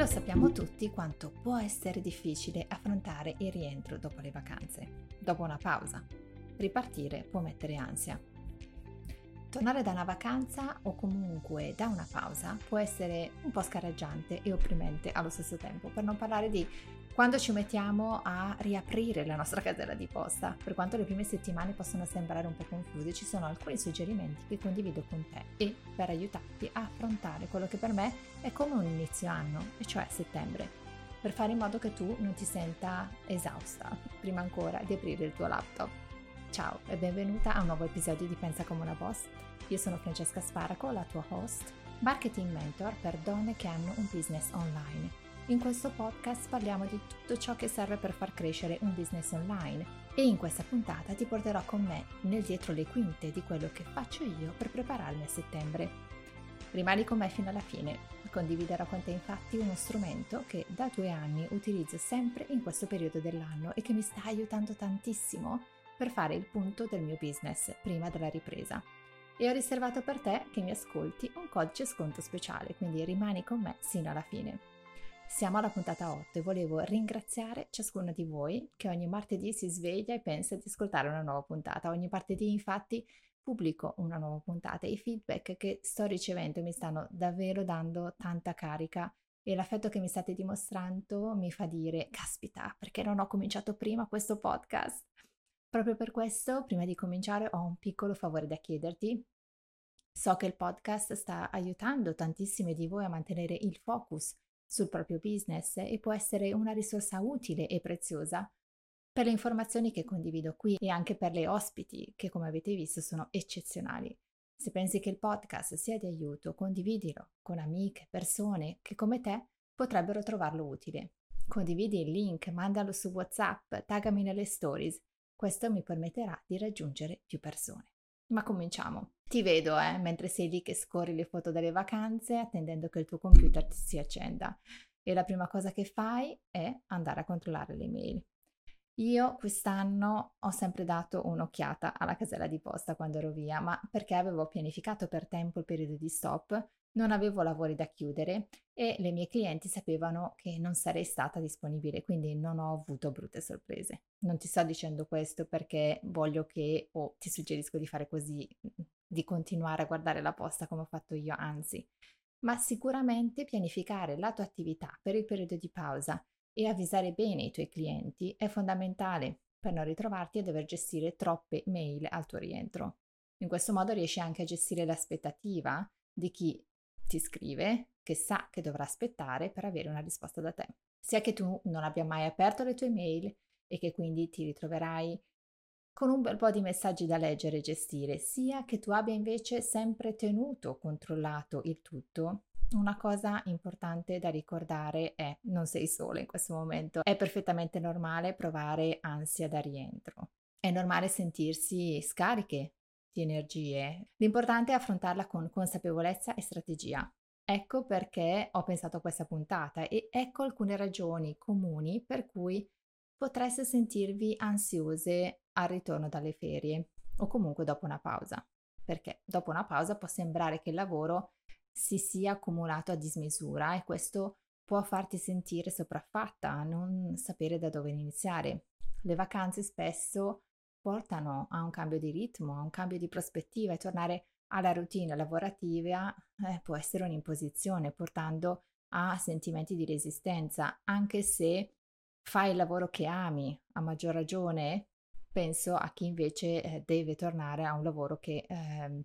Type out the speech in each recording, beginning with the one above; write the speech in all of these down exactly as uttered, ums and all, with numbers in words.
sappiamo tutti quanto può essere difficile affrontare il rientro dopo le vacanze, dopo una pausa. Ripartire può mettere ansia. Tornare da una vacanza o comunque da una pausa può essere un po' scaraggiante e opprimente allo stesso tempo, per non parlare di quando ci mettiamo a riaprire la nostra casella di posta. Per quanto le prime settimane possono sembrare un po' confuse, ci sono alcuni suggerimenti che condivido con te e per aiutarti a affrontare quello che per me è come un inizio anno, e cioè settembre, per fare in modo che tu non ti senta esausta prima ancora di aprire il tuo laptop. Ciao e benvenuta a un nuovo episodio di Pensa come una boss. Io sono Francesca Sparaco, la tua host, marketing mentor per donne che hanno un business online. In questo podcast parliamo di tutto ciò che serve per far crescere un business online e in questa puntata ti porterò con me nel dietro le quinte di quello che faccio io per prepararmi a settembre. Rimani con me fino alla fine, condividerò con te infatti uno strumento che da due anni utilizzo sempre in questo periodo dell'anno e che mi sta aiutando tantissimo per fare il punto del mio business prima della ripresa. E ho riservato per te che mi ascolti un codice sconto speciale, quindi rimani con me sino alla fine. Siamo alla puntata otto e volevo ringraziare ciascuno di voi che ogni martedì si sveglia e pensa di ascoltare una nuova puntata. Ogni martedì infatti pubblico una nuova puntata e i feedback che sto ricevendo mi stanno davvero dando tanta carica e l'affetto che mi state dimostrando mi fa dire caspita, perché non ho cominciato prima questo podcast? Proprio per questo, prima di cominciare, ho un piccolo favore da chiederti. So che il podcast sta aiutando tantissime di voi a mantenere il focus sul proprio business e può essere una risorsa utile e preziosa per le informazioni che condivido qui e anche per le ospiti che, come avete visto, sono eccezionali. Se pensi che il podcast sia di aiuto, condividilo con amiche, persone che come te potrebbero trovarlo utile. Condividi il link, mandalo su WhatsApp, taggami nelle stories. Questo mi permetterà di raggiungere più persone. Ma cominciamo. Ti vedo, eh, mentre sei lì che scorri le foto delle vacanze, attendendo che il tuo computer si accenda. E la prima cosa che fai è andare a controllare le mail. Io quest'anno ho sempre dato un'occhiata alla casella di posta quando ero via, ma perché avevo pianificato per tempo il periodo di stop, non avevo lavori da chiudere e le mie clienti sapevano che non sarei stata disponibile, quindi non ho avuto brutte sorprese. Non ti sto dicendo questo perché voglio che, o ti suggerisco di fare così, di continuare a guardare la posta come ho fatto io, anzi, ma sicuramente pianificare la tua attività per il periodo di pausa e avvisare bene i tuoi clienti è fondamentale per non ritrovarti a dover gestire troppe mail al tuo rientro. In questo modo riesci anche a gestire l'aspettativa di chi ti scrive, che sa che dovrà aspettare per avere una risposta da te. Sia che tu non abbia mai aperto le tue mail e che quindi ti ritroverai con un bel po' di messaggi da leggere e gestire, sia che tu abbia invece sempre tenuto controllato il tutto. Una cosa importante da ricordare è: non sei sola in questo momento. È perfettamente normale provare ansia da rientro. È normale sentirsi scariche di energie. L'importante è affrontarla con consapevolezza e strategia. Ecco perché ho pensato a questa puntata e ecco alcune ragioni comuni per cui potreste sentirvi ansiose al ritorno dalle ferie o comunque dopo una pausa. Perché dopo una pausa può sembrare che il lavoro si sia accumulato a dismisura e questo può farti sentire sopraffatta, non sapere da dove iniziare. Le vacanze spesso portano a un cambio di ritmo, a un cambio di prospettiva e tornare alla routine lavorativa eh, può essere un'imposizione, portando a sentimenti di resistenza, anche se fai il lavoro che ami. A maggior ragione penso a chi invece eh, deve tornare a un lavoro che eh,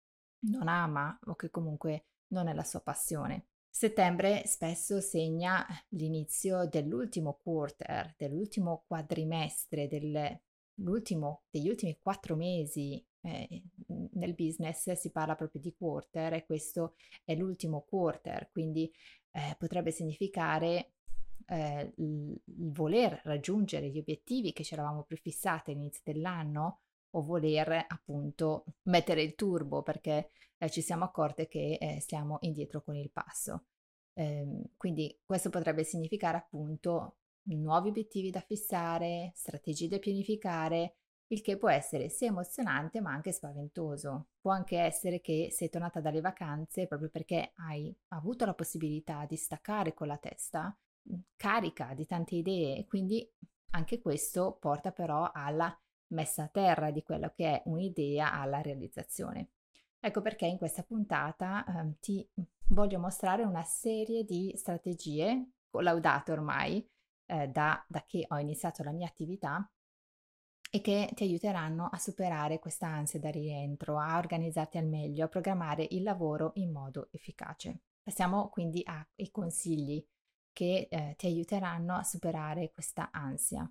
non ama o che comunque non è la sua passione. Settembre spesso segna l'inizio dell'ultimo quarter, dell'ultimo quadrimestre, dell'ultimo, degli ultimi quattro mesi. Eh, nel business si parla proprio di quarter e questo è l'ultimo quarter, quindi eh, potrebbe significare eh, il, il voler raggiungere gli obiettivi che ci eravamo prefissati all'inizio dell'anno o voler appunto mettere il turbo perché eh, ci siamo accorte che eh, stiamo indietro con il passo. Ehm, quindi questo potrebbe significare appunto nuovi obiettivi da fissare, strategie da pianificare, il che può essere sia emozionante ma anche spaventoso. Può anche essere che sei tornata dalle vacanze proprio perché hai avuto la possibilità di staccare con la testa mh, carica di tante idee e quindi anche questo porta però alla messa a terra di quello che è un'idea alla realizzazione. Ecco perché in questa puntata ehm, ti voglio mostrare una serie di strategie collaudate ormai eh, da, da che ho iniziato la mia attività e che ti aiuteranno a superare questa ansia da rientro, a organizzarti al meglio, a programmare il lavoro in modo efficace. Passiamo quindi ai consigli che eh, ti aiuteranno a superare questa ansia.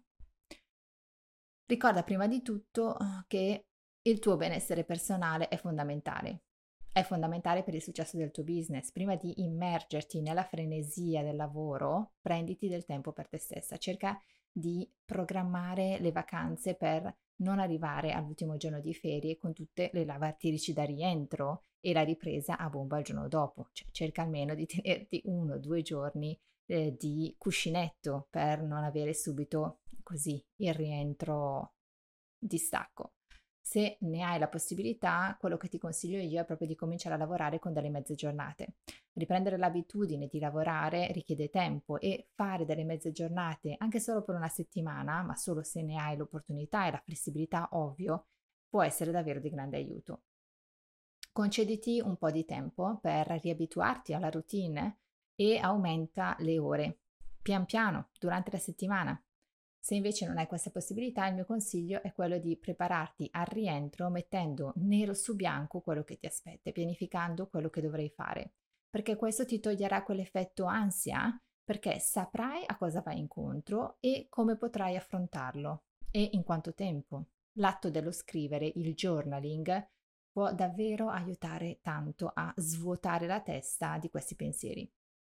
Ricorda prima di tutto eh, che il tuo benessere personale è fondamentale. È fondamentale per il successo del tuo business. Prima di immergerti nella frenesia del lavoro, prenditi del tempo per te stessa. Cerca di programmare le vacanze per non arrivare all'ultimo giorno di ferie con tutte le lavatrici da rientro e la ripresa a bomba il giorno dopo. Cioè, cerca almeno di tenerti uno o due giorni eh, di cuscinetto per non avere subito così il rientro di stacco. Se ne hai la possibilità, quello che ti consiglio io è proprio di cominciare a lavorare con delle mezze giornate. Riprendere l'abitudine di lavorare richiede tempo e fare delle mezze giornate anche solo per una settimana, ma solo se ne hai l'opportunità e la flessibilità, ovvio, può essere davvero di grande aiuto. Concediti un po' di tempo per riabituarti alla routine e aumenta le ore, pian piano, durante la settimana. Se invece non hai questa possibilità, il mio consiglio è quello di prepararti al rientro mettendo nero su bianco quello che ti aspetta, pianificando quello che dovrai fare, perché questo ti toglierà quell'effetto ansia, perché saprai a cosa vai incontro e come potrai affrontarlo e in quanto tempo. L'atto dello scrivere, il journaling, può davvero aiutare tanto a svuotare la testa di questi pensieri.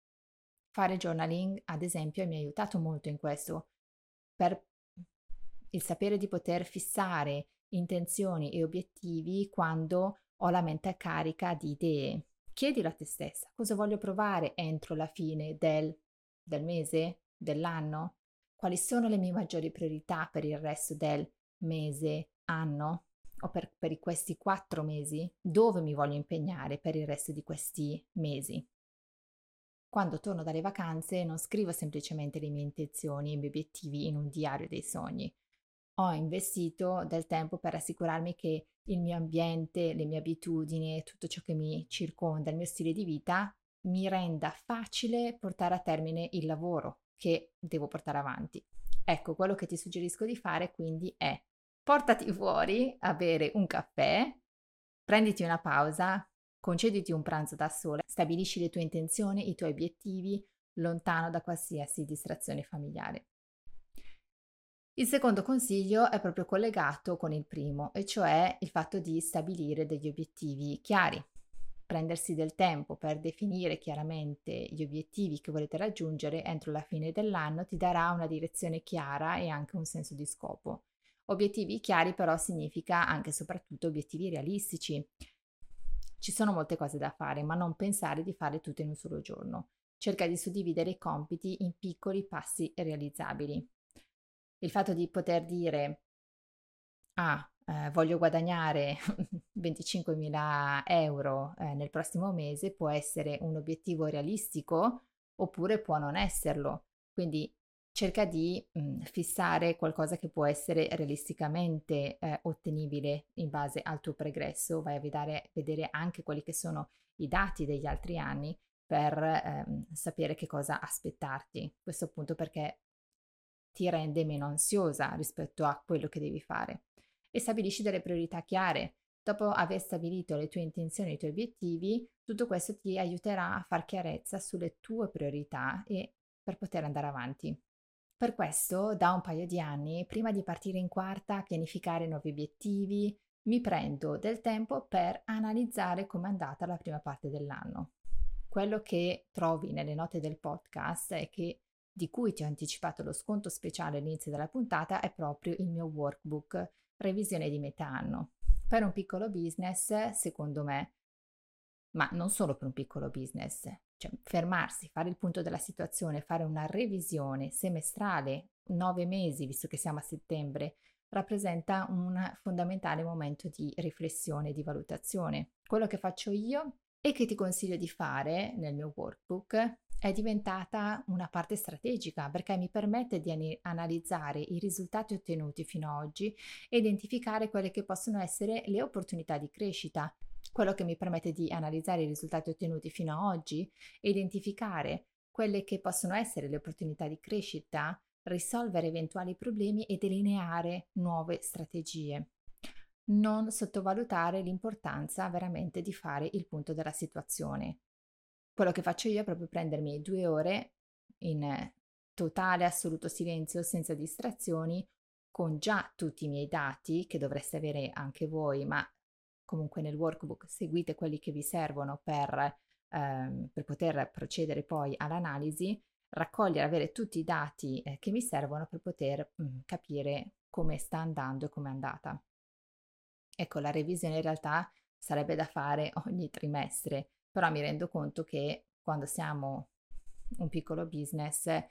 Fare journaling, ad esempio, mi ha aiutato molto in questo, per il sapere di poter fissare intenzioni e obiettivi quando ho la mente carica di idee. Chiedilo a te stessa, cosa voglio provare entro la fine del, del mese, dell'anno? Quali sono le mie maggiori priorità per il resto del mese, anno? O per, per questi quattro mesi? Dove mi voglio impegnare per il resto di questi mesi? Quando torno dalle vacanze non scrivo semplicemente le mie intenzioni e i miei obiettivi in un diario dei sogni. Ho investito del tempo per assicurarmi che il mio ambiente, le mie abitudini, tutto ciò che mi circonda, il mio stile di vita, mi renda facile portare a termine il lavoro che devo portare avanti. Ecco, quello che ti suggerisco di fare quindi è portati fuori a bere un caffè, prenditi una pausa, concediti un pranzo da sola, stabilisci le tue intenzioni, i tuoi obiettivi, lontano da qualsiasi distrazione familiare. Il secondo consiglio è proprio collegato con il primo, e cioè il fatto di stabilire degli obiettivi chiari. Prendersi del tempo per definire chiaramente gli obiettivi che volete raggiungere entro la fine dell'anno ti darà una direzione chiara e anche un senso di scopo. Obiettivi chiari però significa anche e soprattutto obiettivi realistici. Ci sono molte cose da fare, ma non pensare di fare tutto in un solo giorno. Cerca di suddividere i compiti in piccoli passi realizzabili. Il fatto di poter dire, ah, eh, voglio guadagnare venticinquemila euro eh, nel prossimo mese può essere un obiettivo realistico oppure può non esserlo. Quindi cerca di mh, fissare qualcosa che può essere realisticamente eh, ottenibile in base al tuo progresso. Vai a vedere, vedere anche quelli che sono i dati degli altri anni per ehm, sapere che cosa aspettarti. Questo appunto perché ti rende meno ansiosa rispetto a quello che devi fare. E stabilisci delle priorità chiare. Dopo aver stabilito le tue intenzioni e i tuoi obiettivi, tutto questo ti aiuterà a far chiarezza sulle tue priorità e per poter andare avanti. Per questo, da un paio di anni, prima di partire in quarta a pianificare nuovi obiettivi, mi prendo del tempo per analizzare com'è andata la prima parte dell'anno. Quello che trovi nelle note del podcast è che di cui ti ho anticipato lo sconto speciale all'inizio della puntata è proprio il mio workbook revisione di metà anno. Per un piccolo business, secondo me, ma non solo per un piccolo business, cioè fermarsi, fare il punto della situazione, fare una revisione semestrale, nove mesi, visto che siamo a settembre, rappresenta un fondamentale momento di riflessione e di valutazione. Quello che faccio io e che ti consiglio di fare nel mio workbook è diventata una parte strategica perché mi permette di ani- analizzare i risultati ottenuti fino ad oggi e identificare quelle che possono essere le opportunità di crescita. Quello che mi permette di analizzare i risultati ottenuti fino ad oggi e identificare quelle che possono essere le opportunità di crescita, risolvere eventuali problemi e delineare nuove strategie. Non sottovalutare l'importanza veramente di fare il punto della situazione. Quello che faccio io è proprio prendermi due ore in totale assoluto silenzio, senza distrazioni, con già tutti i miei dati che dovreste avere anche voi, ma comunque nel workbook seguite quelli che vi servono per, ehm, per poter procedere poi all'analisi, raccogliere, avere tutti i dati eh, che mi servono per poter mh, capire come sta andando e come è andata. Ecco, la revisione in realtà sarebbe da fare ogni trimestre, però mi rendo conto che quando siamo un piccolo business è,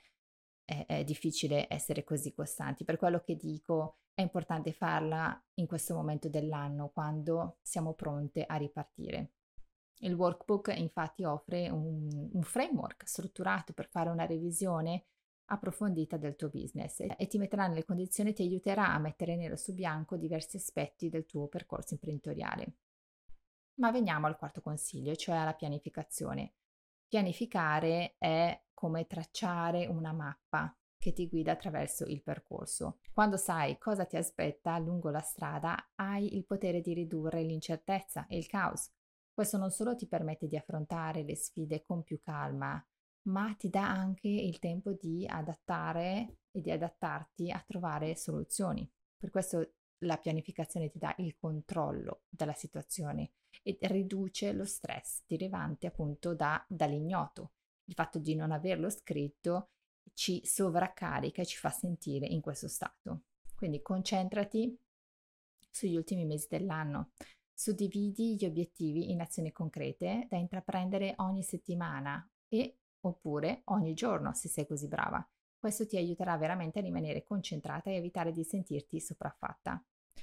è difficile essere così costanti. Per quello che dico, è importante farla in questo momento dell'anno, quando siamo pronte a ripartire. Il workbook infatti offre un, un framework strutturato per fare una revisione approfondita del tuo business e, e ti metterà nelle condizioni, ti aiuterà a mettere nero su bianco diversi aspetti del tuo percorso imprenditoriale. Ma veniamo al quarto consiglio, cioè alla pianificazione. Pianificare è come tracciare una mappa che ti guida attraverso il percorso. Quando sai cosa ti aspetta lungo la strada, hai il potere di ridurre l'incertezza e il caos. Questo non solo ti permette di affrontare le sfide con più calma, ma ti dà anche il tempo di adattare e di adattarti a trovare soluzioni. Per questo la pianificazione ti dà il controllo della situazione e riduce lo stress derivante appunto da, dall'ignoto. Il fatto di non averlo scritto ci sovraccarica e ci fa sentire in questo stato. Quindi concentrati sugli ultimi mesi dell'anno, suddividi gli obiettivi in azioni concrete da intraprendere ogni settimana e oppure ogni giorno se sei così brava. Questo ti aiuterà veramente a rimanere concentrata e evitare di sentirti sopraffatta.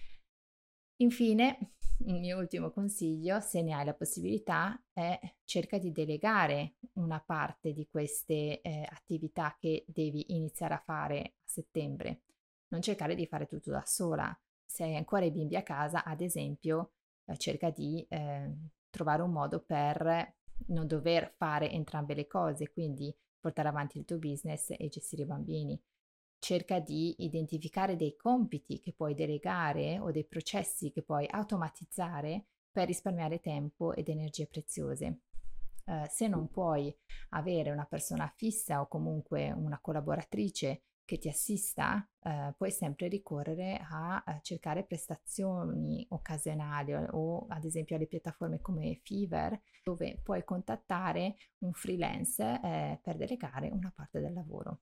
Infine, il mio ultimo consiglio, se ne hai la possibilità, è cerca di delegare una parte di queste eh, attività che devi iniziare a fare a settembre. Non cercare di fare tutto da sola. Se hai ancora i bimbi a casa, ad esempio, eh, cerca di eh, trovare un modo per non dover fare entrambe le cose, quindi portare avanti il tuo business e gestire i bambini. Cerca di identificare dei compiti che puoi delegare o dei processi che puoi automatizzare per risparmiare tempo ed energie preziose. Eh, se non puoi avere una persona fissa o comunque una collaboratrice che ti assista, eh, puoi sempre ricorrere a, a cercare prestazioni occasionali o, o ad esempio alle piattaforme come Fiverr, dove puoi contattare un freelance eh, per delegare una parte del lavoro.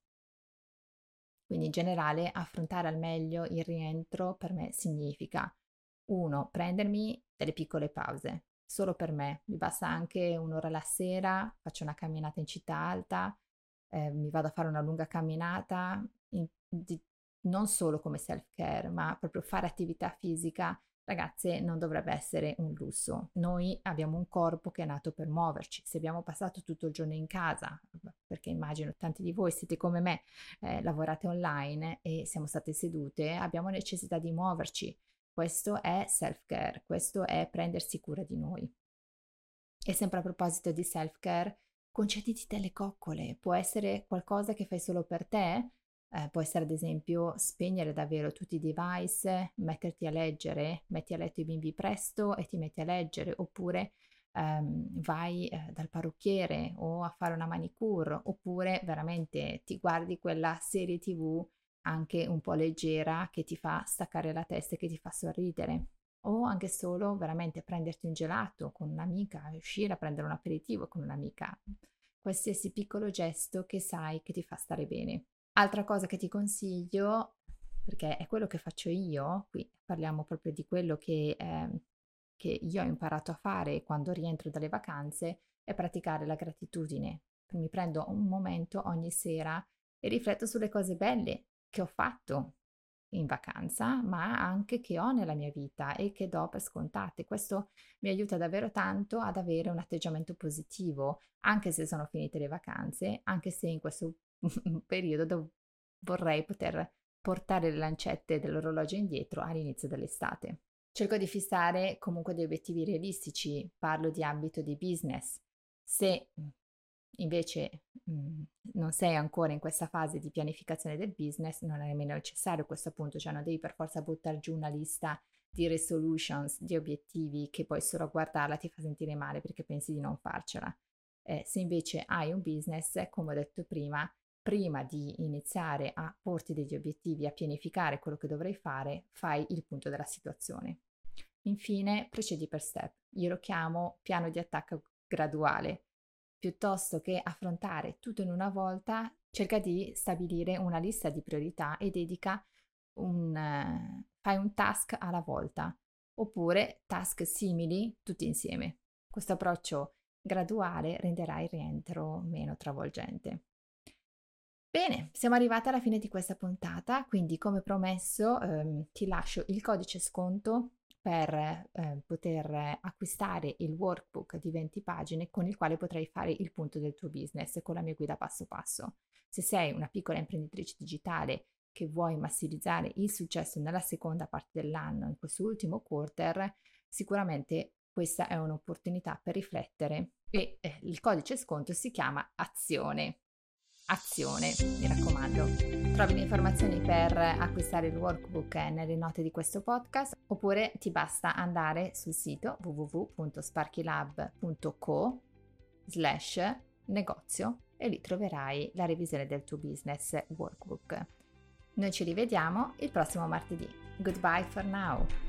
Quindi in generale affrontare al meglio il rientro per me significa uno, prendermi delle piccole pause, solo per me, mi basta anche un'ora la sera, faccio una camminata in città alta, eh, mi vado a fare una lunga camminata, in- di- non solo come self-care, ma proprio fare attività fisica. Ragazze, non dovrebbe essere un lusso. Noi abbiamo un corpo che è nato per muoverci. Se abbiamo passato tutto il giorno in casa, perché immagino tanti di voi siete come me, eh, lavorate online e siamo state sedute, abbiamo necessità di muoverci. Questo è self-care, questo è prendersi cura di noi. E sempre a proposito di self-care, concediti delle coccole, può essere qualcosa che fai solo per te, eh, può essere ad esempio spegnere davvero tutti i device, metterti a leggere, metti a letto i bimbi presto e ti metti a leggere, oppure ehm, vai eh, dal parrucchiere o a fare una manicure, oppure veramente ti guardi quella serie tv anche un po' leggera che ti fa staccare la testa e che ti fa sorridere. O anche solo veramente prenderti un gelato con un'amica, uscire a prendere un aperitivo con un'amica. Qualsiasi piccolo gesto che sai che ti fa stare bene. Altra cosa che ti consiglio, perché è quello che faccio io, qui parliamo proprio di quello che, eh, che io ho imparato a fare quando rientro dalle vacanze, è praticare la gratitudine. Mi prendo un momento ogni sera e rifletto sulle cose belle che ho fatto in vacanza, ma anche che ho nella mia vita e che do per scontate. Questo mi aiuta davvero tanto ad avere un atteggiamento positivo, anche se sono finite le vacanze, anche se in questo periodo dov- vorrei poter portare le lancette dell'orologio indietro all'inizio dell'estate. Cerco di fissare comunque dei obiettivi realistici, parlo di ambito di business. Se invece mh, non sei ancora in questa fase di pianificazione del business, non è nemmeno necessario a questo punto, cioè non devi per forza buttare giù una lista di resolutions, di obiettivi che poi solo a guardarla ti fa sentire male perché pensi di non farcela. Eh, se invece hai un business, come ho detto prima, prima di iniziare a porti degli obiettivi, a pianificare quello che dovrai fare, fai il punto della situazione. Infine, procedi per step. Io lo chiamo piano di attacco graduale. Piuttosto che affrontare tutto in una volta, cerca di stabilire una lista di priorità e dedica un, eh, fai un task alla volta, oppure task simili tutti insieme. Questo approccio graduale renderà il rientro meno travolgente. Bene, siamo arrivati alla fine di questa puntata, quindi come promesso ehm, ti lascio il codice sconto per eh, poter acquistare il workbook di venti pagine con il quale potrai fare il punto del tuo business con la mia guida passo passo. Se sei una piccola imprenditrice digitale che vuoi massimizzare il successo nella seconda parte dell'anno, in questo ultimo quarter, sicuramente questa è un'opportunità per riflettere e eh, il codice sconto si chiama Azione. Azione, mi raccomando. Trovi le informazioni per acquistare il workbook nelle note di questo podcast oppure ti basta andare sul sito w w w punto sparkylab punto co slash negozio e lì troverai la revisione del tuo business workbook. Noi ci rivediamo il prossimo martedì. Goodbye for now!